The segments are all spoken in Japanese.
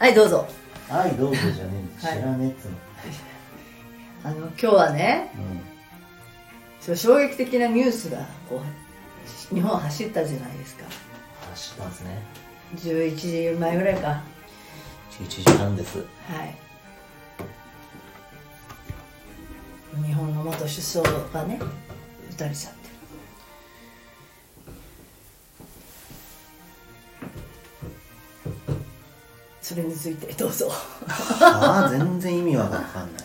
はいどうぞ。 はいどうぞじゃねえ、知らねえっつうの。 今日はね、衝撃的なニュースがこう日本を走ったじゃないですか。 走ったんですね。 11時前ぐらいか。 11時半です。 はい。日本の元首相がね撃たれちゃって。それについてどうぞ。 ああ全然意味わかん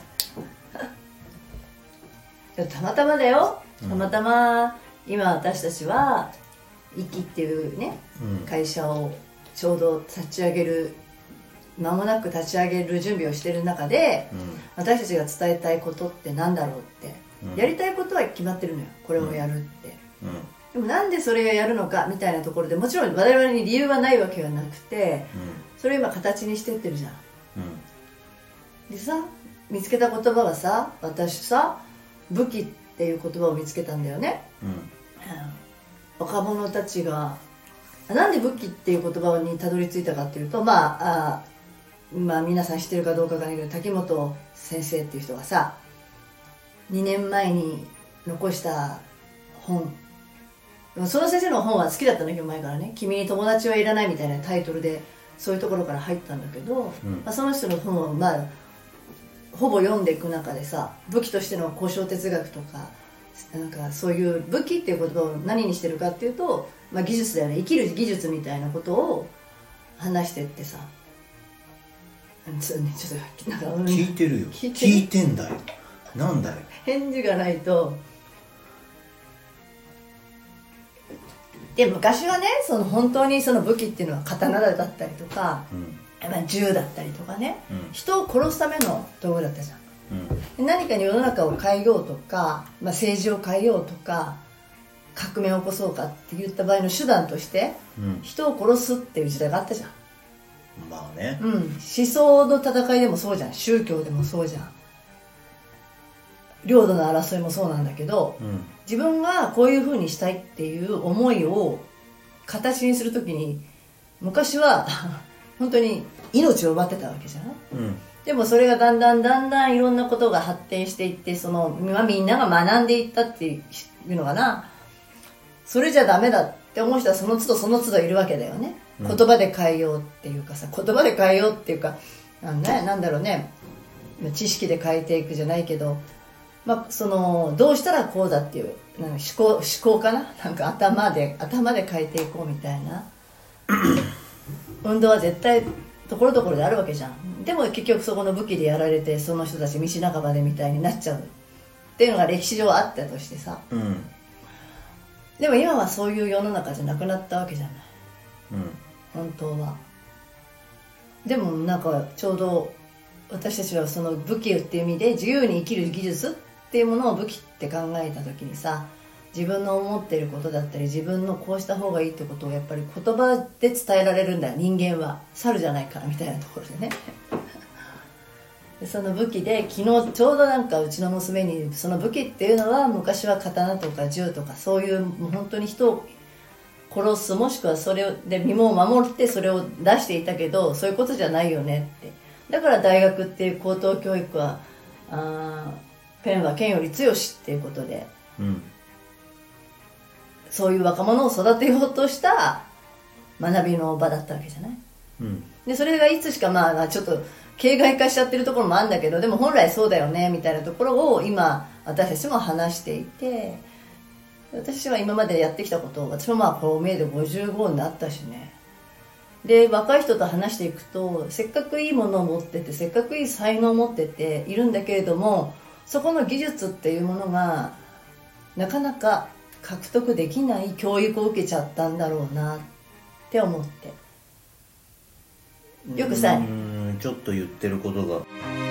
ない。 たまたまだよ、たまたま今私たちはイキっていうね、会社をちょうど立ち上げる間もなく立ち上げる準備をしている中で、私たちが伝えたいことって何だろうって、やりたいことは決まってるのよ、これをやるって、でもなんでそれをやるのかみたいなところでもちろん我々に理由はないわけはなくて、それを今形にしてってるじゃん、でさ、見つけた言葉はさ、私さ武器っていう言葉を見つけたんだよね、若者たちがなんで武器っていう言葉にたどり着いたかっていうと、まあ皆さん知ってるかどうかわからないけど、滝本先生っていう人がさ2年前に残した本、その先生の本は好きだったのよ前からね。君に友達はいらないみたいなタイトルでそういうところから入ったんだけど、その人の本をほぼ読んでいく中でさ、武器としての交渉哲学とか、なんかそういう武器っていう言葉を何にしてるかっていうと、技術だよね、生きる技術みたいなことを話してってさ、ちょっとなんか聞いてるよ、聞いてんだよ、なんだよ返事がないと。で昔はね、その本当にその武器っていうのは刀だったりとか、銃だったりとかね、人を殺すための道具だったじゃん、何かに世の中を変えようとか、政治を変えようとか革命を起こそうかって言った場合の手段として、人を殺すっていう時代があったじゃん。 まあね、 思想の戦いでもそうじゃん、宗教でもそうじゃん、領土の争いもそうなんだけど、自分がこういう風にしたいっていう思いを形にするときに、昔は本当に命を奪ってたわけじゃん、でもそれがだんだんいろんなことが発展していって、みんなが学んでいったっていうのかな。それじゃダメだって思う人はその都度いるわけだよね、言葉で変えようっていうかさ、言葉で変えようっていうか、なんだろうね、知識で変えていくじゃないけど、どうしたらこうだっていう思考かな、なんか頭で変えていこうみたいな運動は絶対ところどころであるわけじゃん。でも結局そこの武器でやられて、その人たち道半ばでみたいになっちゃうっていうのが歴史上あったとしてさ、でも今はそういう世の中じゃなくなったわけじゃない、本当は。でもなんかちょうど私たちはその武器っていう意味で自由に生きる技術っていうものを武器って考えた時にさ、自分の思っていることだったり、自分のこうした方がいいってことをやっぱり言葉で伝えられるんだよ、人間は猿じゃないからみたいなところでねでその武器で昨日ちょうどなんかうちの娘に、その武器っていうのは昔は刀とか銃とかそういう本当に人を殺す、もしくはそれで身を守ってそれを出していたけど、そういうことじゃないよねって。だから大学っていう高等教育はペンは剣より強しっていうことで、そういう若者を育てようとした学びの場だったわけじゃない、でそれがいつしかちょっと形骸化しちゃってるところもあるんだけど、でも本来そうだよねみたいなところを今私たちも話していて、私は今までやってきたことを、私もこう見えて55になったしね、で若い人と話していくと、せっかくいいものを持ってて、せっかくいい才能を持ってているんだけれども、そこの技術っていうものがなかなか獲得できない教育を受けちゃったんだろうなって思って、よくさ、 ちょっと言ってることが